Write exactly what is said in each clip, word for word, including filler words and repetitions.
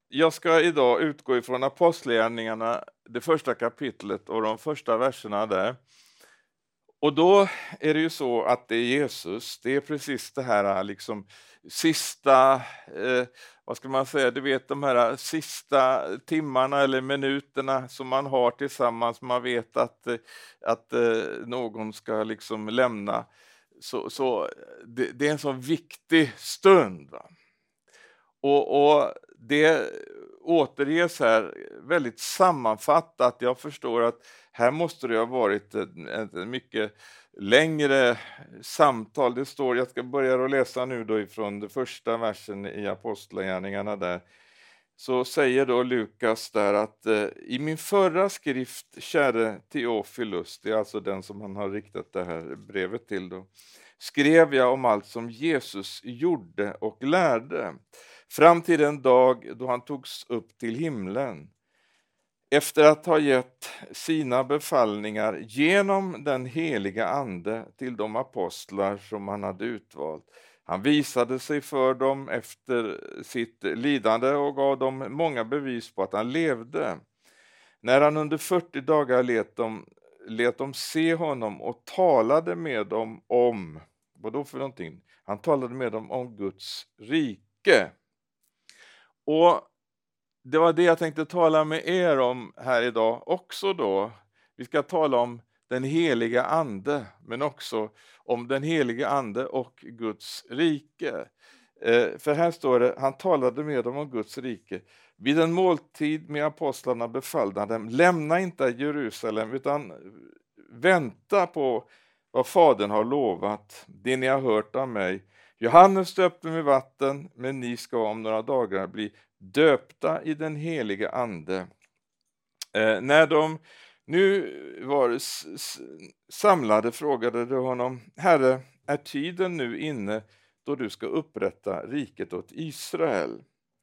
jag ska idag utgå ifrån Apostlagärningarna, det första kapitlet och de första verserna där. Och då är det ju så att det är Jesus, det är precis det här liksom sista, eh, vad ska man säga, du vet de här sista timmarna eller minuterna som man har tillsammans, man vet att, eh, att eh, någon ska liksom lämna. Så, så det, det är en så viktig stund, va? Och, och det återges här väldigt sammanfattat. Jag förstår att här måste det ha varit ett, ett mycket längre samtal. Det står, jag ska börja att läsa nu då ifrån den första versen i Apostlagärningarna där. Så säger då Lukas där att eh, i min förra skrift, käre Theophilus, det är alltså den som han har riktat det här brevet till då, skrev jag om allt som Jesus gjorde och lärde, fram till den dag då han togs upp till himlen, efter att ha gett sina befallningar genom den heliga ande till de apostlar som han hade utvalt. Han visade sig för dem efter sitt lidande och gav dem många bevis på att han levde. När han under fyrtio dagar lät dem, lät dem se honom och talade med dem om, vad då för någonting? Han talade med dem om Guds rike. Och det var det jag tänkte tala med er om här idag också då. Vi ska tala om den heliga ande, men också om den heliga ande och Guds rike. Eh, för här står det, han talade med dem om Guds rike. Vid en måltid med apostlarna befallde han dem, lämna inte Jerusalem utan vänta på vad Fadern har lovat, det ni har hört av mig. Johannes döpte med vatten, men ni ska om några dagar bli döpta i den heliga ande. Eh, när de nu var s- s- samlade frågade de honom, Herre, är tiden nu inne då du ska upprätta riket åt Israel?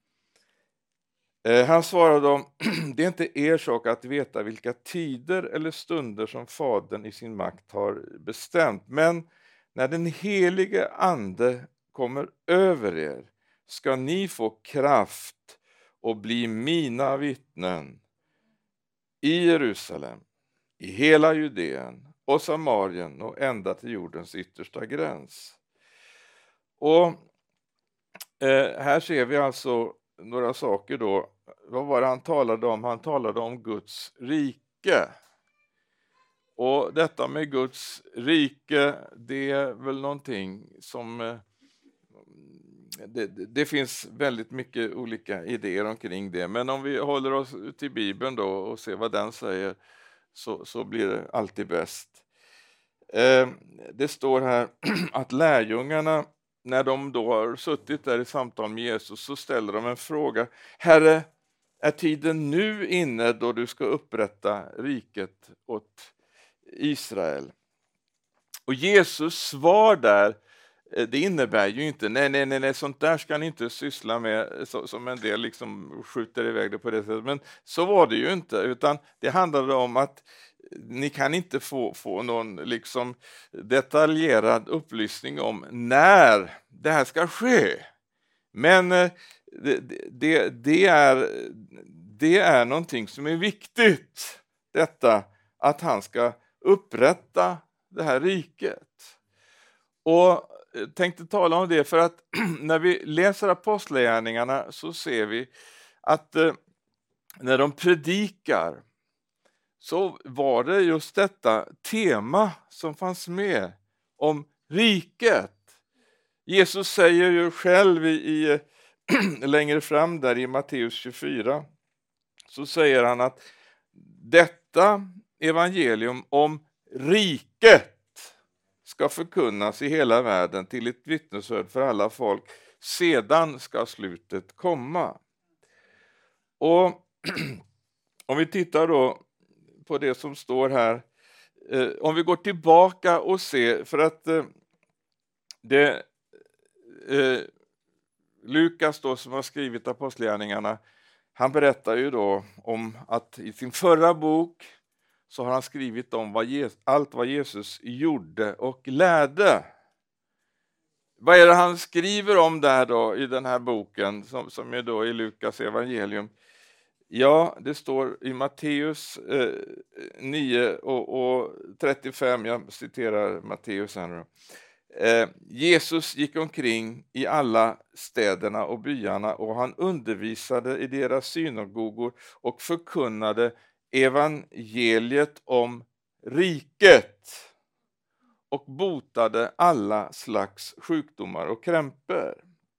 Eh, han svarade dem, det är inte er sak att veta vilka tider eller stunder som Fadern i sin makt har bestämt, men när den helige ande kommer över er ska ni få kraft och bli mina vittnen i Jerusalem, i hela Judeen och Samarien och ända till jordens yttersta gräns. Och eh, här ser vi alltså några saker då. Vad var det han talade om? Han talade om Guds rike. Och detta med Guds rike, det är väl någonting som eh, det, det finns väldigt mycket olika idéer omkring det. Men om vi håller oss till Bibeln då och ser vad den säger, så, så blir det alltid bäst. Eh, det står här att lärjungarna, när de då har suttit där i samtal med Jesus, så ställer de en fråga. Herre, är tiden nu inne då du ska upprätta riket åt Israel? Och Jesus svar där, det innebär ju inte, nej, nej, nej, nej, sånt där ska ni inte syssla med, så, som en del liksom skjuter iväg det på det sättet. Men så var det ju inte, utan det handlade om att ni kan inte få, få någon liksom detaljerad upplysning om när det här ska ske. Men det, det, det, är, det är någonting som är viktigt, detta att han ska upprätta det här riket. Och jag tänkte tala om det för att när vi läser apostlagärningarna så ser vi att eh, när de predikar så var det just detta tema som fanns med om riket. Jesus säger ju själv i, i längre fram där i Matteus tjugofyra, så säger han att detta evangelium om riket ska förkunnas i hela världen till ett vittnesbörd för alla folk. Sedan ska slutet komma. Och om vi tittar då på det som står här, eh, om vi går tillbaka och ser, för att eh, det eh, Lukas då som har skrivit apostlagärningarna, han berättar ju då om att i sin förra bok så har han skrivit om vad Jesus, allt vad Jesus gjorde och lärde. vad är det han skriver om där då i den här boken som, som är då i Lukas evangelium? Ja, det står i Matteus eh, nio och, och trettiofem, jag citerar Matteus här nu. Eh, Jesus gick omkring i alla städerna och byarna och han undervisade i deras synagogor och förkunnade evangeliet om riket och botade alla slags sjukdomar och krämpor.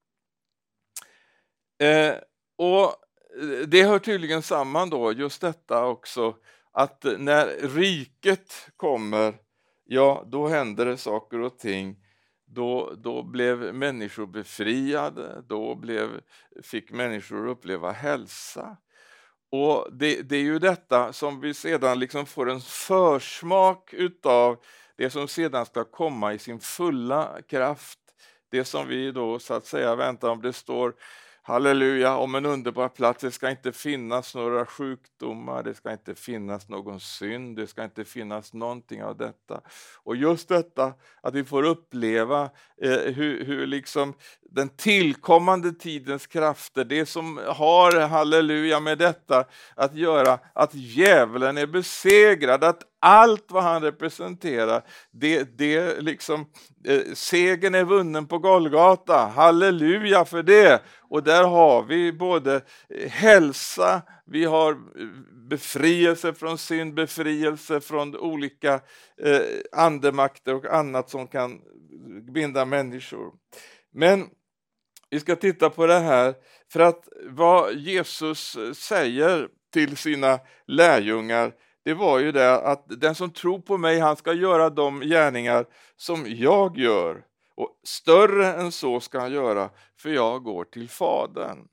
Eh, och det hör tydligen samman då, just detta också, att när riket kommer, ja då händer det saker och ting. Då, då blev människor befriade, då blev, fick människor uppleva hälsa. Och det, det är ju detta som vi sedan liksom får en försmak utav det som sedan ska komma i sin fulla kraft. Det som vi då så att säga väntar om. Det står halleluja om en underbar plats. Det ska inte finnas några sjukdomar, det ska inte finnas någon synd, det ska inte finnas någonting av detta. Och just detta att vi får uppleva eh, hur, hur liksom den tillkommande tidens krafter, det som har halleluja med detta att göra, att djävulen är besegrad, att allt vad han representerar, det, det liksom, eh, segern är vunnen på Golgata, halleluja för det. Och där har vi både hälsa, vi har befrielse från synd, befrielse från olika eh, andemakter och annat som kan binda människor. Men vi ska titta på det här för att vad Jesus säger till sina lärjungar, det var ju det att den som tror på mig, han ska göra de gärningar som jag gör. Och större än så ska han göra, för jag går till Fadern.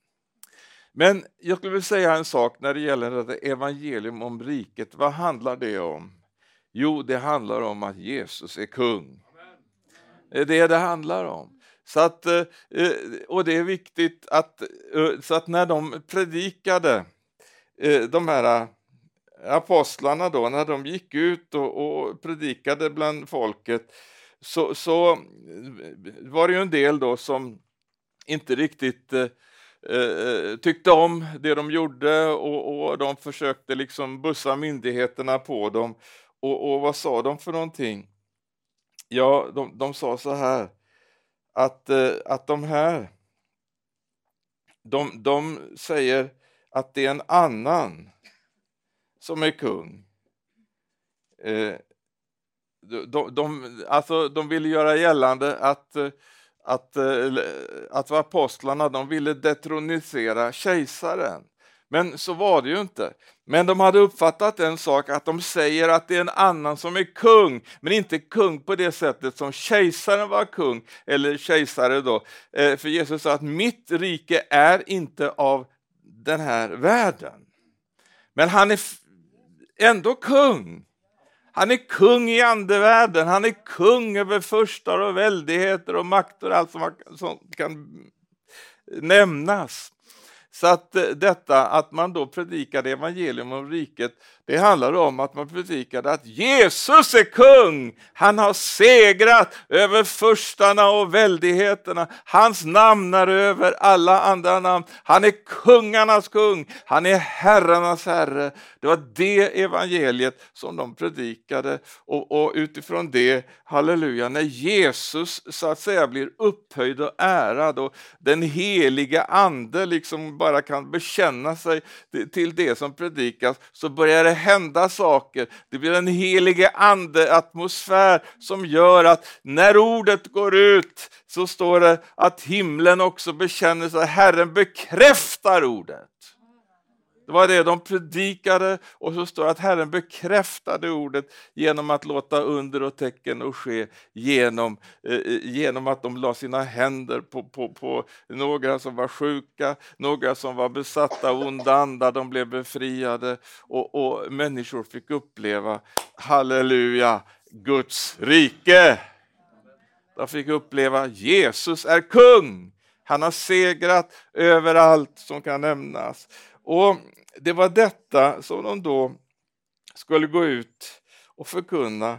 Men jag skulle vilja säga en sak när det gäller det evangelium om riket. Vad handlar det om? Jo, det handlar om att Jesus är kung. Det är det det handlar om. Så att, och det är viktigt att, så att när de predikade, de här apostlarna då, när de gick ut och, och predikade bland folket, så, så var det ju en del då som inte riktigt eh, tyckte om det de gjorde och, och de försökte liksom bussa myndigheterna på dem. Och, och vad sa de för någonting? Ja, de, de sa så här att, eh, att de här de, de säger att det är en annan som är kung. Eh, de, de, alltså, de ville göra gällande att, att, att apostlarna, de ville detronisera kejsaren. Men så var det ju inte. Men de hade uppfattat en sak, att de säger att det är en annan som är kung, men inte kung på det sättet som kejsaren var kung, eller kejsare då. För Jesus sa att mitt rike är inte av den här världen. Men han är ändå kung. Han är kung i andevärlden. Han är kung över förstar och väldigheter och makter och allt som, som kan nämnas. Så att detta att man då predikade evangelium om riket, det handlar om att man predikade att Jesus är kung. Han har segrat över förstarna och väldigheterna. Hans namn är över alla andra namn. Han är kungarnas kung. Han är herrarnas herre. Det var det evangeliet som de predikade. Och, och utifrån det, halleluja, när Jesus så att säga blir upphöjd och ärad och den heliga ande liksom bara kan bekänna sig till det som predikas, så börjar det hända saker. Det blir en helige ande atmosfär som gör att när ordet går ut så står det att himlen också bekänner sig. Herren bekräftar ordet. Det var det de predikade, och så står det att Herren bekräftade ordet genom att låta under och tecken och ske genom, eh, genom att de la sina händer på, på, på några som var sjuka, några som var besatta av onda andar, de blev befriade och, och människor fick uppleva, halleluja, Guds rike. De fick uppleva Jesus är kung. Han har segrat över allt som kan nämnas. Och det var detta som de då skulle gå ut och förkunna,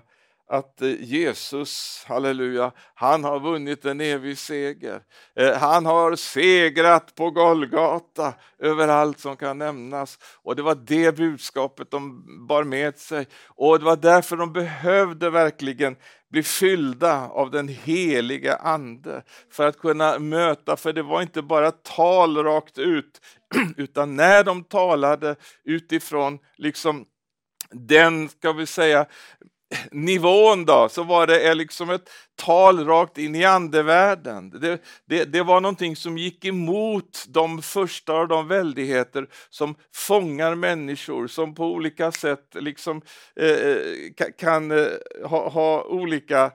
att Jesus, halleluja, han har vunnit en evig seger. Han har segrat på Golgata över allt som kan nämnas. Och det var det budskapet de bar med sig. Och det var därför de behövde verkligen bli fyllda av den heliga ande för att kunna möta, för det var inte bara tal rakt ut, utan när de talade utifrån liksom den, ska vi säga, nivån då, så var det liksom ett tal rakt in i andevärlden. Det, det, det var någonting som gick emot de första av de väldigheter som fångar människor, som på olika sätt liksom eh, kan eh, ha, ha olika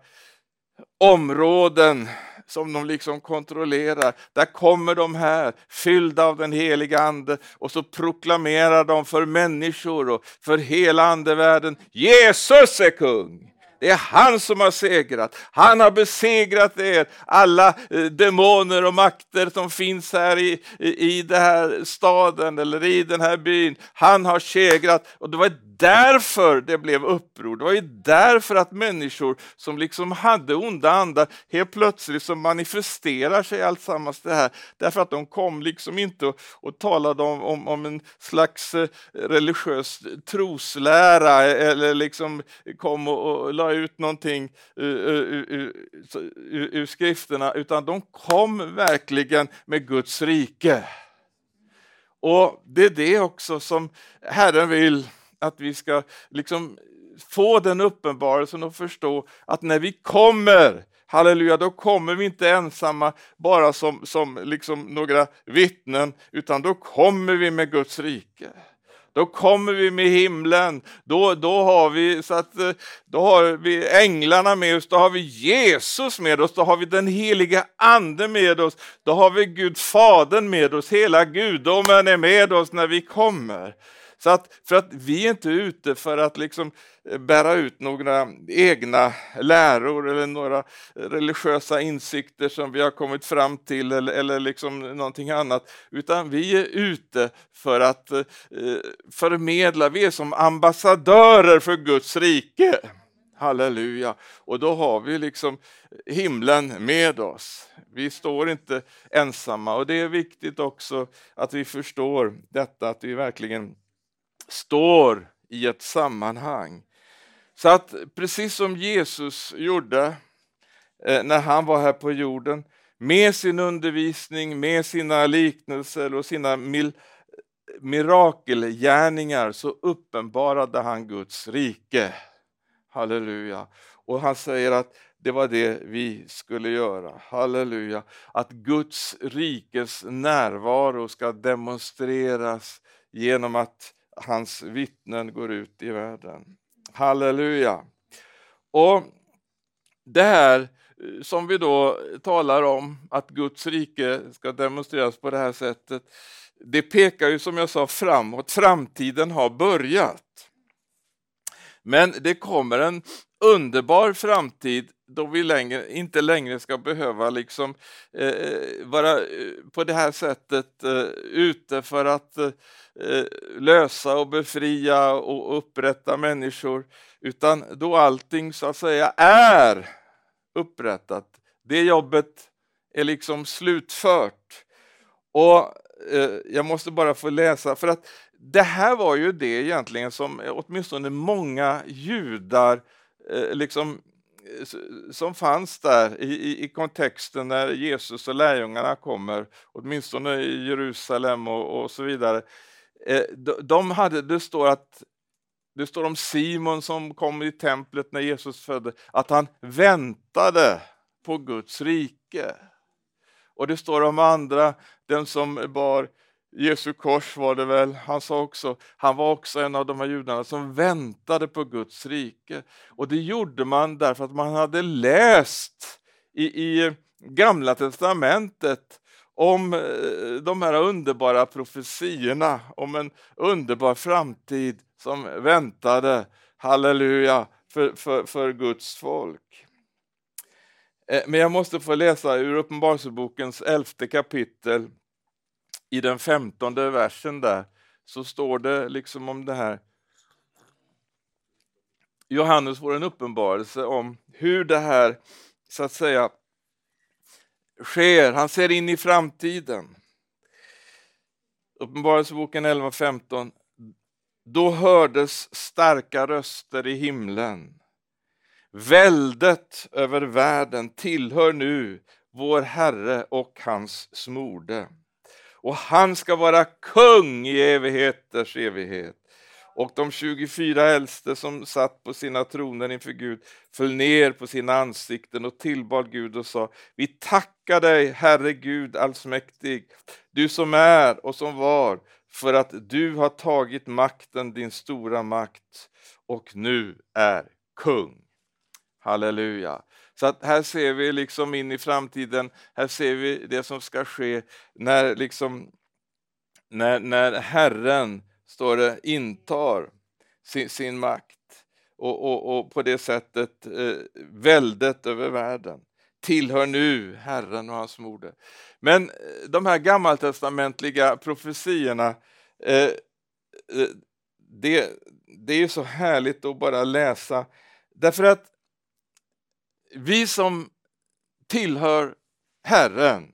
områden som de liksom kontrollerar. Där kommer de här fyllda av den heliga ande och så proklamerar de för människor och för hela andevärlden: Jesus är kung. Det är han som har segrat. Han har besegrat er. Alla eh, demoner och makter som finns här i, i, i den här staden eller i den här byn. Han har segrat. Och det var därför det blev uppror. Det var ju därför att människor som liksom hade onda andar helt plötsligt så manifesterar sig alltsammans det här. Därför att de kom liksom inte och, och talade om, om, om en slags eh, religiös troslära eller liksom kom och, och la ut någonting ur, ur, ur, ur, ur skrifterna, utan de kom verkligen med Guds rike. Och det är det också som Herren vill att vi ska liksom få den uppenbarelsen och förstå att när vi kommer, halleluja, då kommer vi inte ensamma bara som, som liksom några vittnen, utan då kommer vi med Guds rike. Då kommer vi med himlen. Då, då har vi så att då har vi änglarna med oss, då har vi Jesus med oss, då har vi den heliga ande med oss, då har vi Gud Fadern med oss, hela gudomen är med oss när vi kommer. Så att, för att vi är inte ute för att liksom bära ut några egna läror eller några religiösa insikter som vi har kommit fram till eller, eller liksom någonting annat, utan vi är ute för att eh, förmedla, vi är som ambassadörer för Guds rike. Halleluja. Och då har vi liksom himlen med oss. Vi står inte ensamma, och det är viktigt också att vi förstår detta, att vi verkligen står i ett sammanhang. Så att precis som Jesus gjorde eh, när han var här på jorden, med sin undervisning, med sina liknelser och sina mil- mirakelgärningar, så uppenbarade han Guds rike. Halleluja. Och han säger att det var det vi skulle göra. Halleluja. Att Guds rikes närvaro ska demonstreras genom att hans vittnen går ut i världen. Halleluja. Och det här som vi då talar om, att Guds rike ska demonstreras på det här sättet, det pekar ju som jag sa framåt. Framtiden har börjat. Men det kommer en underbar framtid då vi längre, inte längre ska behöva liksom, eh, vara på det här sättet eh, ute för att eh, lösa och befria och upprätta människor, utan då allting så att säga är upprättat. Det jobbet är liksom slutfört. Och eh, jag måste bara få läsa, för att det här var ju det egentligen som åtminstone många judar eh, liksom som fanns där i, i, i kontexten när Jesus och lärjungarna kommer, åtminstone i Jerusalem och, och så vidare. Eh, de, de hade, det står att det står om Simon som kom i templet när Jesus födde, att han väntade på Guds rike. Och det står om andra, den som bar Jesu kors var det väl, han sa också, han var också en av de här judarna som väntade på Guds rike. Och det gjorde man därför att man hade läst i, i Gamla testamentet om de här underbara profetiorna, om en underbar framtid som väntade, halleluja, för, för, för Guds folk. Men jag måste få läsa ur Uppenbarelsebokens elfte kapitel. I den femtonde versen där så står det liksom om det här. Johannes får en uppenbarelse om hur det här, så att säga, sker. Han ser in i framtiden. Uppenbarelseboken elva femton. Då hördes starka röster i himlen. Väldet över världen tillhör nu vår Herre och hans smorde. Och han ska vara kung i evigheters evighet. Och de tjugofyra äldste som satt på sina troner inför Gud föll ner på sina ansikten och tillbad Gud och sa: vi tackar dig, Herre Gud allsmäktig, du som är och som var, för att du har tagit makten, din stora makt, och nu är kung. Halleluja. Så att här ser vi liksom in i framtiden, här ser vi det som ska ske när liksom när, när Herren, står det, intar sin, sin makt och, och, och på det sättet eh, väldet över världen tillhör nu Herren och hans mode. Men de här gammaltestamentliga profetiorna, eh, det, det är ju så härligt att bara läsa, därför att vi som tillhör Herren,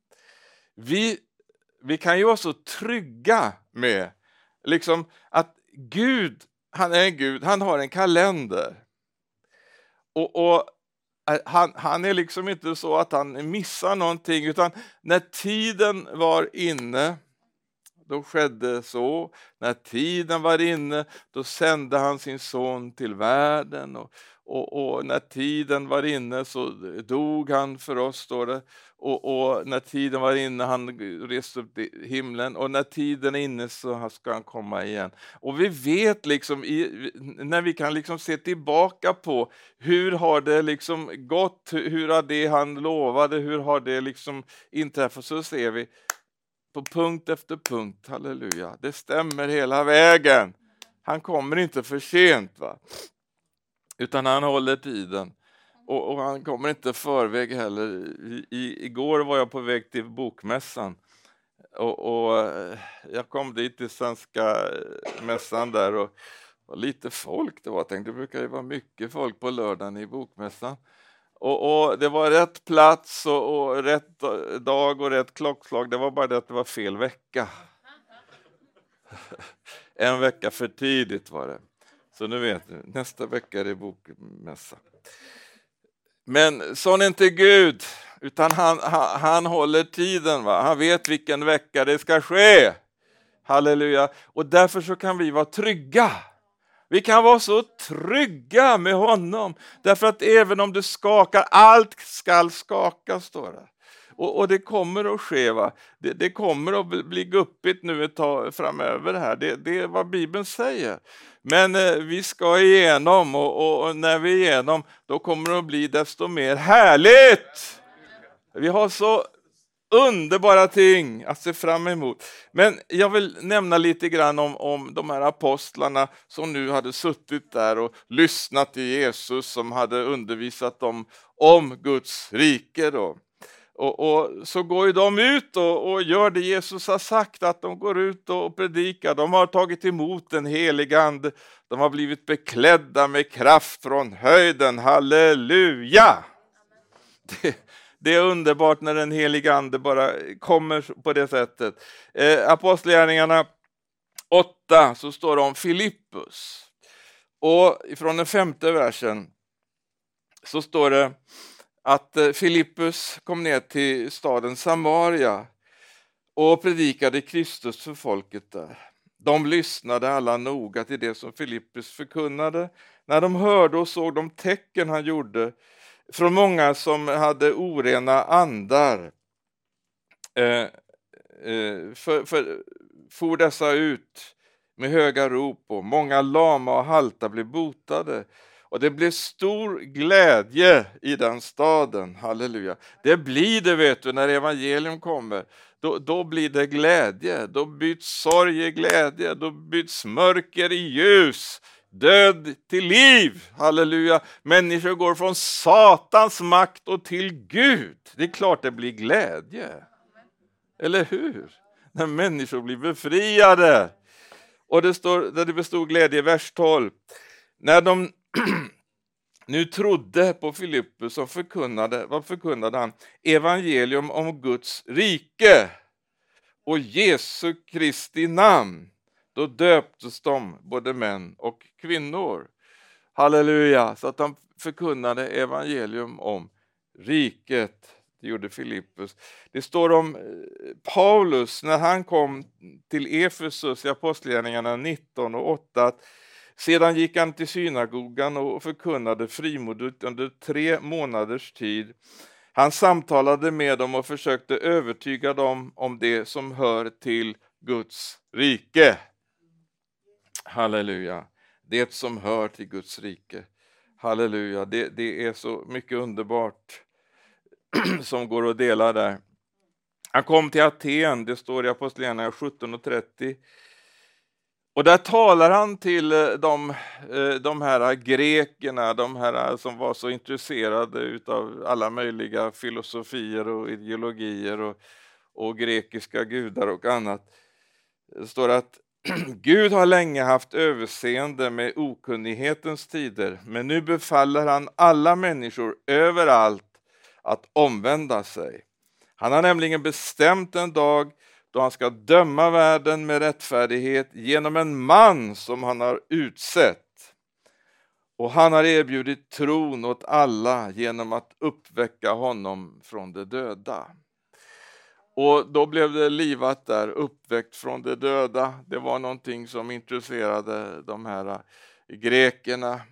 vi, vi kan ju vara så trygga med liksom att Gud, han är en Gud, han har en kalender. Och, och han, han är liksom inte så att han missar någonting, utan när tiden var inne, då skedde så. När tiden var inne, då sände han sin son till världen. Och, och, och när tiden var inne så dog han för oss, står det. Och, och när tiden var inne, han reste upp till himlen. Och när tiden är inne så ska han komma igen. Och vi vet liksom, i, när vi kan liksom se tillbaka på hur har det liksom gått, hur har det han lovade, hur har det liksom inträffat, så ser vi på punkt efter punkt, halleluja. Det stämmer hela vägen. Han kommer inte för sent, va? Utan han håller tiden. Och, och han kommer inte förväg heller. I, i, igår var jag på väg till bokmässan. Och, och jag kom dit till svenska mässan där. Och, och lite folk det var. Jag tänkte, det brukar ju vara mycket folk på lördagen i bokmässan. Och, och det var rätt plats och, och rätt dag och rätt klockslag. Det var bara det att det var fel vecka. En vecka för tidigt var det. Så nu vet du, nästa vecka är det bokmässa. Men sån är inte Gud, utan han, han, han håller tiden, va? Han vet vilken vecka det ska ske. Halleluja. Och därför så kan vi vara trygga. Vi kan vara så trygga med honom. Därför att även om det skakar, allt ska skaka, står det. Och, och det kommer att ske, va? Det, det kommer att bli guppigt nu ett tag framöver här. Det, det är vad Bibeln säger. Men eh, vi ska igenom och, och, och när vi är igenom, då kommer det att bli desto mer härligt. Vi har så underbara ting att se fram emot. Men jag vill nämna lite grann om, om de här apostlarna som nu hade suttit där och lyssnat till Jesus, som hade undervisat dem om Guds rike då. Och, och så går ju de ut och, och gör det Jesus har sagt, att de går ut och predikar. De har tagit emot den heliga ande. De har blivit beklädda med kraft från höjden. Halleluja! Det, det är underbart när den heliga ande bara kommer på det sättet. Eh, Apostlagärningarna åtta så står det om Filippus. Och från den femte versen så står det att Filippus kom ner till staden Samaria och predikade Kristus för folket där. De lyssnade alla noga till det som Filippus förkunnade. När de hörde och såg de tecken han gjorde från många som hade orena andar, eh, eh, för, för, for dessa ut med höga rop, och många lama och halta blev botade. Och det blev stor glädje i den staden. Halleluja. Det blir det, vet du, när evangelium kommer. Då, då blir det glädje. Då byts sorg i glädje. Då byts mörker i ljus. Död till liv. Halleluja. Människor går från Satans makt och till Gud. Det är klart det blir glädje. Eller hur? När människor blir befriade. Och det står, där det bestod glädje i vers tolv. När de nu trodde på Filippus som förkunnade, vad förkunnade han? Evangelium om Guds rike och Jesu Kristi namn. Då döptes de, både män och kvinnor. Halleluja, så att han förkunnade evangelium om riket. Det gjorde Filippus. Det står om Paulus när han kom till Efesus i Apostlagärningarna nitton och åtta att sedan gick han till synagogan och förkunnade frimodigt under tre månaders tid. Han samtalade med dem och försökte övertyga dem om det som hör till Guds rike. Halleluja. Det som hör till Guds rike. Halleluja. Det, det är så mycket underbart som går att dela där. Han kom till Aten, det står i Apostlagärningarna sjutton och trettio. Och där talar han till de, de här grekerna, de här som var så intresserade av alla möjliga filosofier och ideologier och, och grekiska gudar och annat. Det står att Gud har länge haft överseende med okunnighetens tider, men nu befaller han alla människor överallt att omvända sig. Han har nämligen bestämt en dag då han ska döma världen med rättfärdighet genom en man som han har utsett. Och han har erbjudit tron åt alla genom att uppväcka honom från de döda. Och då blev det livat där, uppväckt från de döda. Det var någonting som intresserade de här grekerna.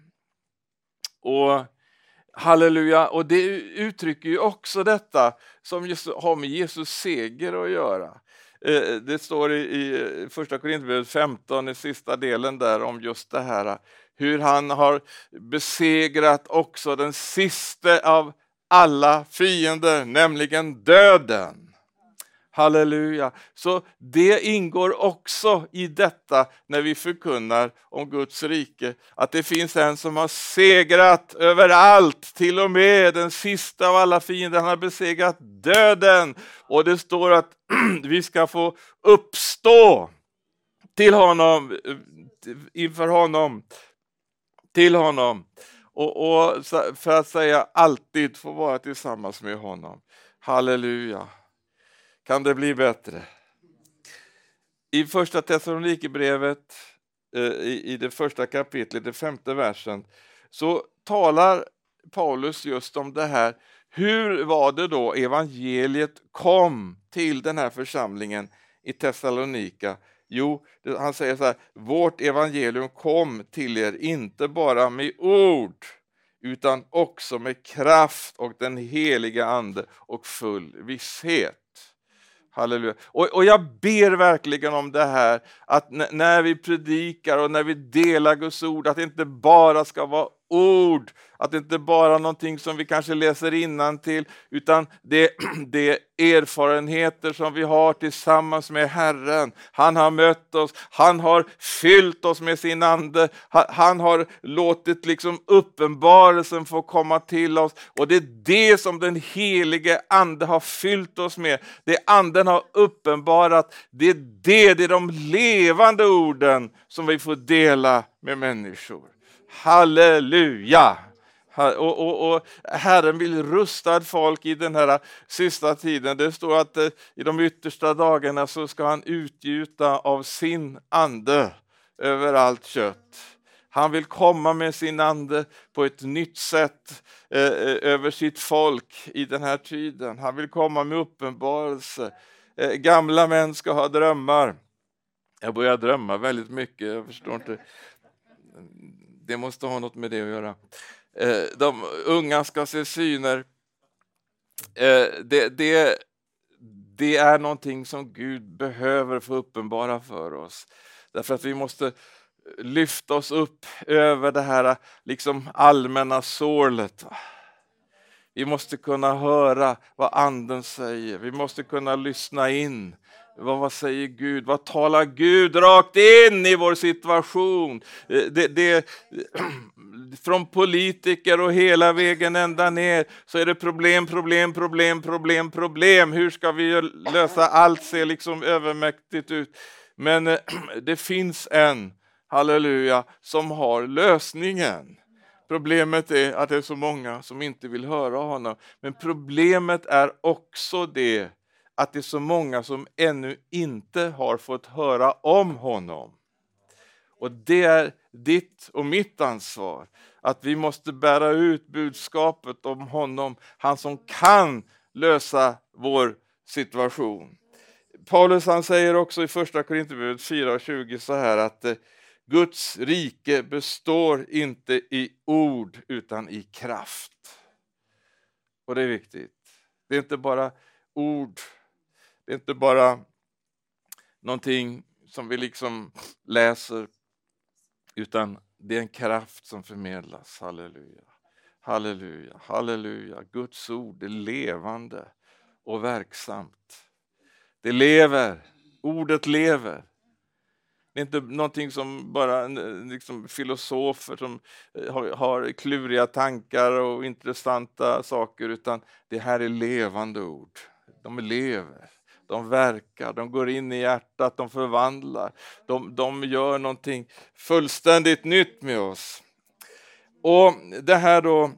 Och halleluja, och det uttrycker ju också detta som just har med Jesus seger att göra. Det står i första Korinthierbrevet femton, i sista delen där, om just det här. Hur han har besegrat också den sista av alla fiender, nämligen döden. Halleluja. Så det ingår också i detta när vi förkunnar om Guds rike. Att det finns en som har segrat över allt, till och med den sista av alla fiender. Han har besegrat döden. Och det står att vi ska få uppstå till honom, inför honom, till honom. Och, och för att säga alltid få vara tillsammans med honom. Halleluja. Kan det bli bättre? I första Thessalonikerbrevet, i, i det första kapitlet, det femte versen, så talar Paulus just om det här. Hur var det då evangeliet kom till den här församlingen i Thessalonika? Jo, han säger så här: vårt evangelium kom till er inte bara med ord, utan också med kraft och den heliga ande och full visshet. Halleluja. Och, och jag ber verkligen om det här, att n- när vi predikar och när vi delar Guds ord, att det inte bara ska vara ord, att det inte bara är någonting som vi kanske läser innantill, utan det, det är erfarenheter som vi har tillsammans med Herren. Han har mött oss, han har fyllt oss med sin ande, han, han har låtit liksom uppenbarelsen få komma till oss, och det är det som den helige ande har fyllt oss med. Det anden har uppenbarat, det är det, det är de levande orden som vi får dela med människor. Halleluja! Och, och, och Herren vill rusta folk i den här sista tiden. Det står att eh, i de yttersta dagarna så ska han utgjuta av sin ande över allt kött. Han vill komma med sin ande på ett nytt sätt eh, över sitt folk i den här tiden. Han vill komma med uppenbarelse. Eh, gamla män ska ha drömmar. Jag börjar drömma väldigt mycket, jag förstår inte. Det måste ha något med det att göra. De unga ska se syner. Det, det, det är någonting som Gud behöver få uppenbara för oss. Därför att vi måste lyfta oss upp över det här liksom allmänna sålet. Vi måste kunna höra vad anden säger. Vi måste kunna lyssna in. Vad, vad säger Gud? Vad talar Gud rakt in i vår situation? Det, det, från politiker och hela vägen ända ner så är det problem, problem, problem, problem, problem. Hur ska vi lösa allt? Ser liksom övermäktigt ut. Men det finns en, halleluja, som har lösningen. Problemet är att det är så många som inte vill höra honom. Men problemet är också det att det är så många som ännu inte har fått höra om honom. Och det är ditt och mitt ansvar. Att vi måste bära ut budskapet om honom. Han som kan lösa vår situation. Paulus han säger också i första Korinthierbrevet fyra och tjugo så här att Guds rike består inte i ord utan i kraft. Och det är viktigt. Det är inte bara ord. Det är inte bara någonting som vi liksom läser. Utan det är en kraft som förmedlas. Halleluja. Halleluja. Halleluja. Guds ord är levande och verksamt. Det lever. Ordet lever. Det är inte någonting som bara liksom, filosofer som har, har kluriga tankar och intressanta saker, utan det här är levande ord. De lever, de verkar, de går in i hjärtat, de förvandlar. De, de gör någonting fullständigt nytt med oss. Och det här då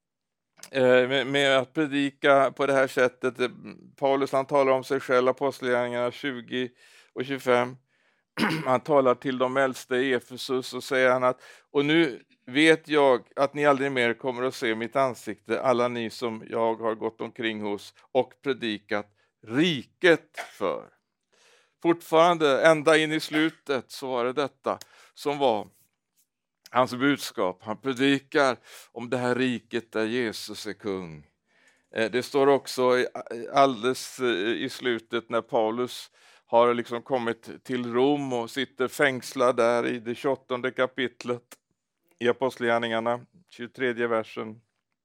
med, med att predika på det här sättet, Paulus han talar om sig själv, Apostlagärningarna tjugo och tjugofem. Han talar till de äldste i Efesus och säger han att och nu vet jag att ni aldrig mer kommer att se mitt ansikte, alla ni som jag har gått omkring hos och predikat riket för. Fortfarande ända in i slutet så var det detta som var hans budskap. Han predikar om det här riket där Jesus är kung. Det står också alldeles i slutet när Paulus har liksom kommit till Rom och sitter fängslad där i det tjugoåttonde kapitlet i Apostlagärningarna, tjugotredje versen.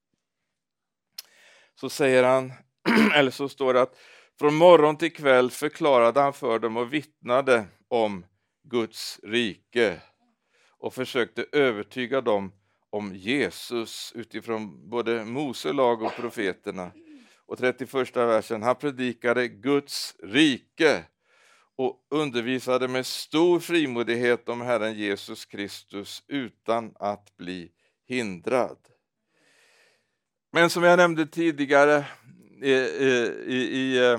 Så säger han, eller så står det att från morgon till kväll förklarade han för dem och vittnade om Guds rike och försökte övertyga dem om Jesus utifrån både Mose lag och profeterna. Och trettioförsta versen, han predikade Guds rike och undervisade med stor frimodighet om Herren Jesus Kristus utan att bli hindrad. Men som jag nämnde tidigare i, i, i,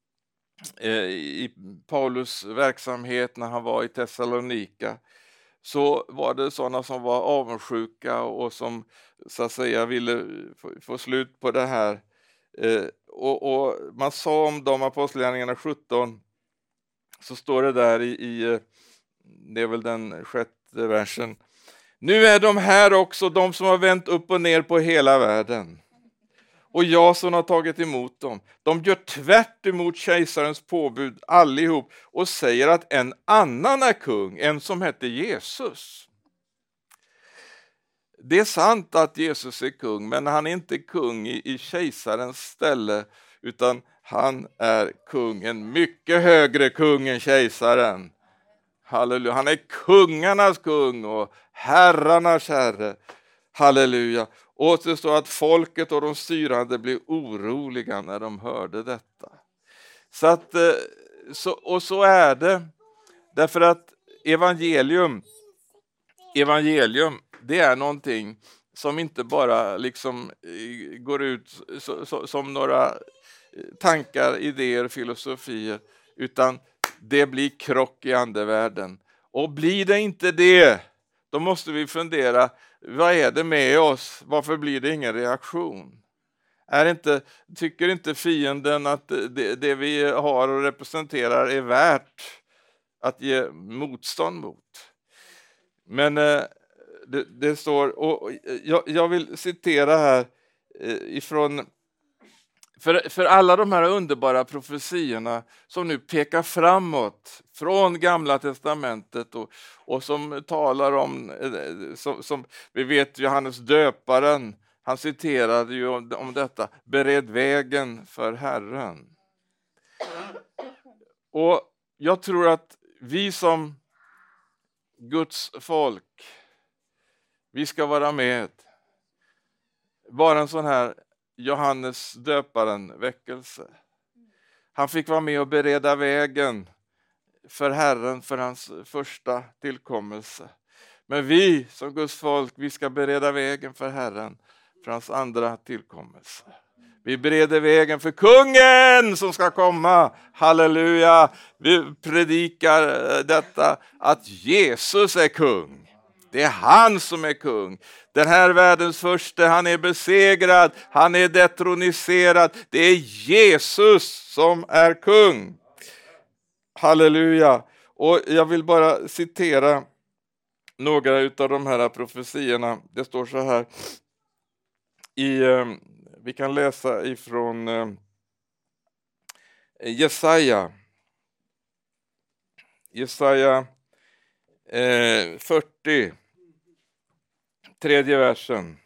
i Paulus verksamhet när han var i Thessalonika, så var det sådana som var avundsjuka och som så att säga ville få, få slut på det här. Och, och man sa om de Apostlagärningarna sjutton, så står det där i, i det är väl den sjätte versen. Nu är de här också, de som har vänt upp och ner på hela världen. Och jag som har tagit emot dem. De gör tvärt emot kejsarens påbud allihop och säger att en annan är kung, en som heter Jesus. Det är sant att Jesus är kung, men han är inte kung i, i kejsarens ställe, utan han är kung, en mycket högre kung än kejsaren. Halleluja, han är kungarnas kung och herrarnas herre. Halleluja. Och det står att folket och de styrande blev oroliga när de hörde detta. Så att, så, och så är det. Därför att evangelium, evangelium det är någonting som inte bara liksom går ut så, så, som några tankar, idéer, filosofier, utan det blir krock i andevärlden. Och blir det inte det, då måste vi fundera, vad är det med oss? Varför blir det ingen reaktion? Är inte, tycker inte fienden att det, det vi har och representerar är värt att ge motstånd mot? Men eh, det, det står, och jag, jag vill citera här eh, ifrån För, för alla de här underbara profetiorna som nu pekar framåt från Gamla testamentet och, och som talar om, som, som vi vet Johannes döparen, han citerade ju om, om detta, bered vägen för Herren. Och jag tror att vi som Guds folk, vi ska vara med, vara en sån här Johannes döparen väckelse. Han fick vara med och bereda vägen för Herren för hans första tillkommelse. Men vi som Guds folk, vi ska bereda vägen för Herren, för hans andra tillkommelse. Vi bereder vägen för kungen som ska komma. Halleluja. Vi predikar detta att Jesus är kung. Det är han som är kung. Den här världens första, han är besegrad. Han är detroniserad. Det är Jesus som är kung. Halleluja. Och jag vill bara citera några av de här profetiorna. Det står så här. I, vi kan läsa ifrån Jesaja. Jesaja eh, fyrtio. Tredje versen.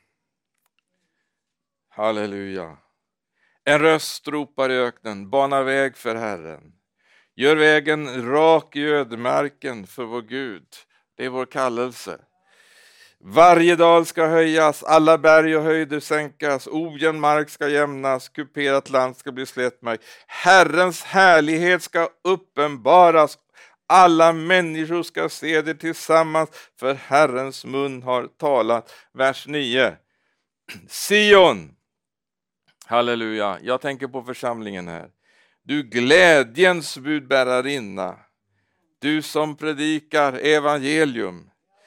Halleluja. En röst ropar i öknen, bana väg för Herren. Gör vägen rak i ödemarken för vår Gud. Det är vår kallelse. Varje dal ska höjas, alla berg och höjder sänkas, ojämn mark ska jämnas, kuperat land ska bli slätmark. Herrens härlighet ska uppenbaras, alla människor ska se det tillsammans, för Herrens mun har talat. Vers nio. Sion, halleluja, jag tänker på församlingen här. Du glädjens budbärarinna, du som predikar evangelium.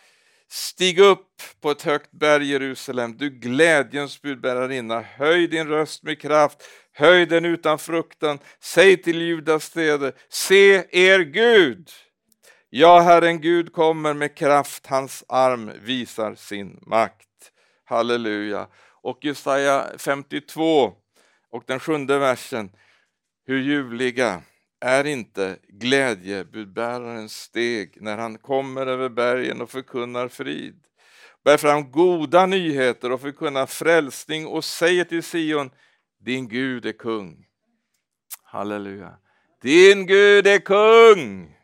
Stig upp på ett högt berg Jerusalem, du glädjens budbärarinna. Höj din röst med kraft, höj den utan fruktan. Säg till Judas städer, se er Gud. Ja, Herren Gud kommer med kraft, hans arm visar sin makt. Halleluja. Och Jesaja femtiotvå och den sjunde versen. Hur ljuvliga är inte glädjebudbärarens steg när han kommer över bergen och förkunnar frid. Bär fram goda nyheter och förkunnar frälsning och säger till Sion, din Gud är kung. Halleluja. Din Gud är kung.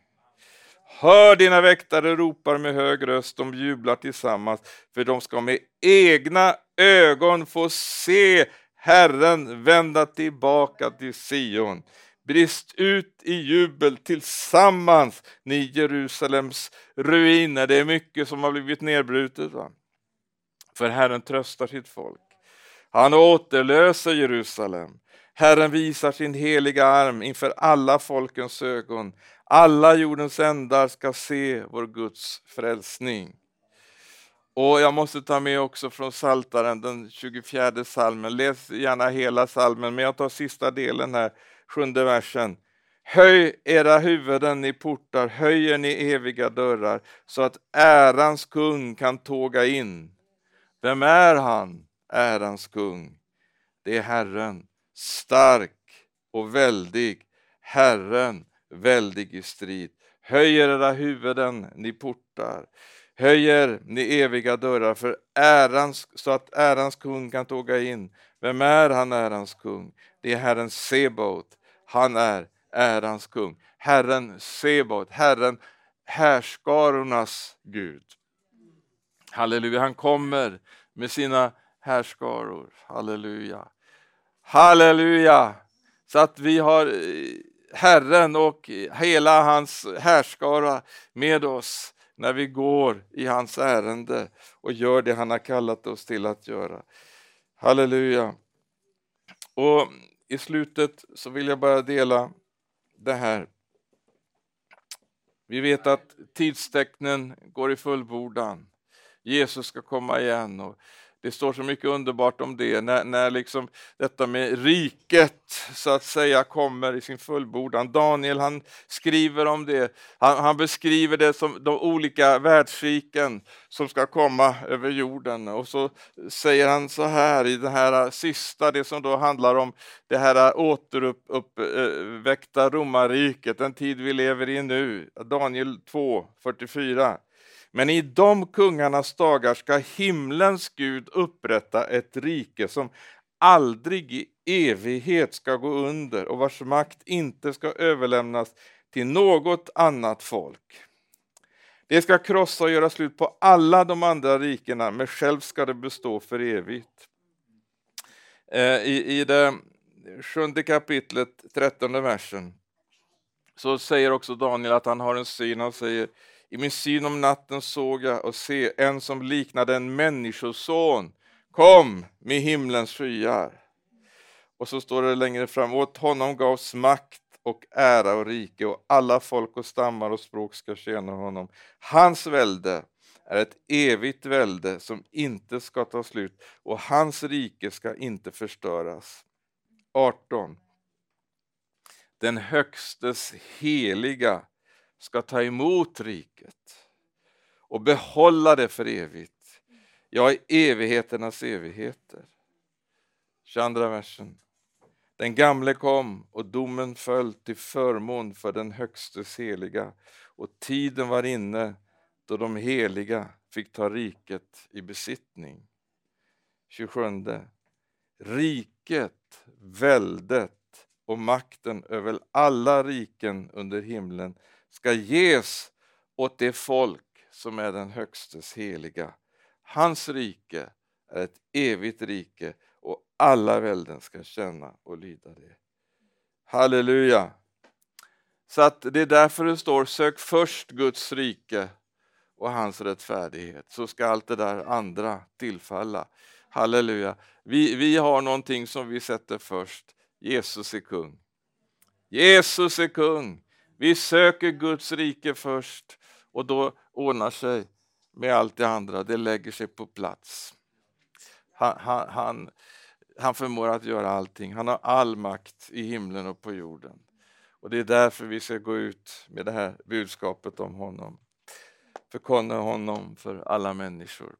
Hör dina väktare ropar med hög röst, de jublar tillsammans, för de ska med egna ögon få se Herren vända tillbaka till Sion. Brist ut i jubel tillsammans, ni Jerusalems ruiner. Det är mycket som har blivit nedbrutet, va? För Herren tröstar sitt folk. Han återlöser Jerusalem. Herren visar sin heliga arm inför alla folkens ögon. Alla jordens ändar ska se vår Guds frälsning. Och jag måste ta med också från Psaltaren, den tjugofjärde salmen. Läs gärna hela salmen, men jag tar sista delen här, sjunde versen. Höj era huvuden i portar, höjer ni eviga dörrar, så att ärans kung kan tåga in. Vem är han, ärans kung? Det är Herren, stark och väldig, Herren väldig i strid. Höjer era huvuden, ni portar. Höjer ni eviga dörrar för ärans, så att ärans kung kan tåga in. Vem är han, ärans kung? Det är Herren Sebaot. Han är ärans kung. Herren Sebaot, Herren härskarornas Gud. Halleluja, han kommer med sina härskaror. Halleluja. Halleluja. Så att vi har Herren och hela hans härskara med oss när vi går i hans ärende och gör det han har kallat oss till att göra. Halleluja. Och i slutet så vill jag bara dela det här. Vi vet att tidstecknen går i fullbordan. Jesus ska komma igen, och det står så mycket underbart om det när, när liksom detta med riket så att säga kommer i sin fullbordan. Daniel, han skriver om det. Han, han beskriver det som de olika världsriken som ska komma över jorden. Och så säger han så här i det här sista, det som då handlar om det här återuppväckta romarriket, den tid vi lever i nu. Daniel två fyrtiofyra. Men i de kungarnas dagar ska himlens Gud upprätta ett rike som aldrig i evighet ska gå under och vars makt inte ska överlämnas till något annat folk. Det ska krossa och göra slut på alla de andra rikena, men själv ska det bestå för evigt. I, i det sjunde kapitlet, trettonde versen, så säger också Daniel att han har en syn. Han säger: I min syn om natten såg jag och se en som liknade en människoson kom med himlens skyar. Och så står det längre fram: åt honom gavs makt och ära och rike, och alla folk och stammar och språk ska tjäna honom. Hans välde är ett evigt välde som inte ska ta slut, och hans rike ska inte förstöras. arton. Den högstes heliga ska ta emot riket och behålla det för evigt. Ja, i evigheternas evigheter. tjugoandra versen. Den gamle kom och domen föll till förmån för den högstes heliga, och tiden var inne då de heliga fick ta riket i besittning. tjugosju. Riket, väldet och makten över alla riken under himlen ska ges åt det folk som är den högstes heliga. Hans rike är ett evigt rike, och alla välden ska känna och lyda det. Halleluja! Så att det är därför det står: sök först Guds rike och hans rättfärdighet, så ska allt det där andra tillfalla. Halleluja! Vi, vi har någonting som vi sätter först. Jesus är kung. Jesus är kung. Vi söker Guds rike först, och då ordnar sig med allt det andra. Det lägger sig på plats. Han, han, han, han förmår att göra allting. Han har all makt i himlen och på jorden. Och det är därför vi ska gå ut med det här budskapet om honom. Förkunna honom för alla människor.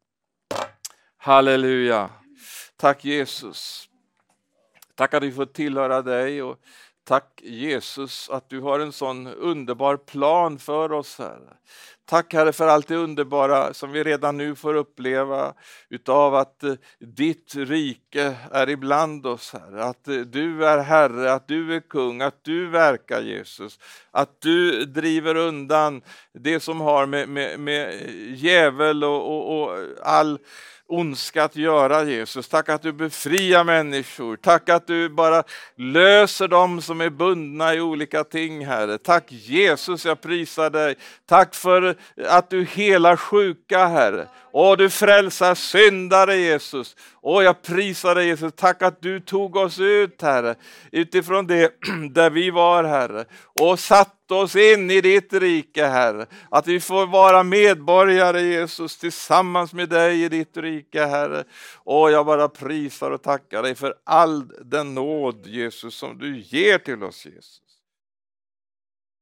Halleluja! Tack Jesus. Tack att vi får tillhöra dig, och tack Jesus att du har en sån underbar plan för oss, Herre. Tack Herre för allt det underbara som vi redan nu får uppleva utav att eh, ditt rike är ibland oss, Herre. Att eh, du är Herre, att du är kung, att du verkar Jesus. Att du driver undan det som har med, med, med djävul och, och, och all ondska att göra, Jesus. Tack att du befriar människor. Tack att du bara löser dem som är bundna i olika ting, Herre. Tack Jesus, jag prisar dig. Tack för att du helar sjuka, Herre. Och du frälsar syndare, Jesus. Och jag prisar dig, Jesus. Tack att du tog oss ut, Herre, utifrån det där vi var, Herre, och satt oss in i ditt rike, Herre. Att vi får vara medborgare, Jesus, tillsammans med dig i ditt rike, Herre. Och jag bara prisar och tackar dig för all den nåd, Jesus, som du ger till oss, Jesus.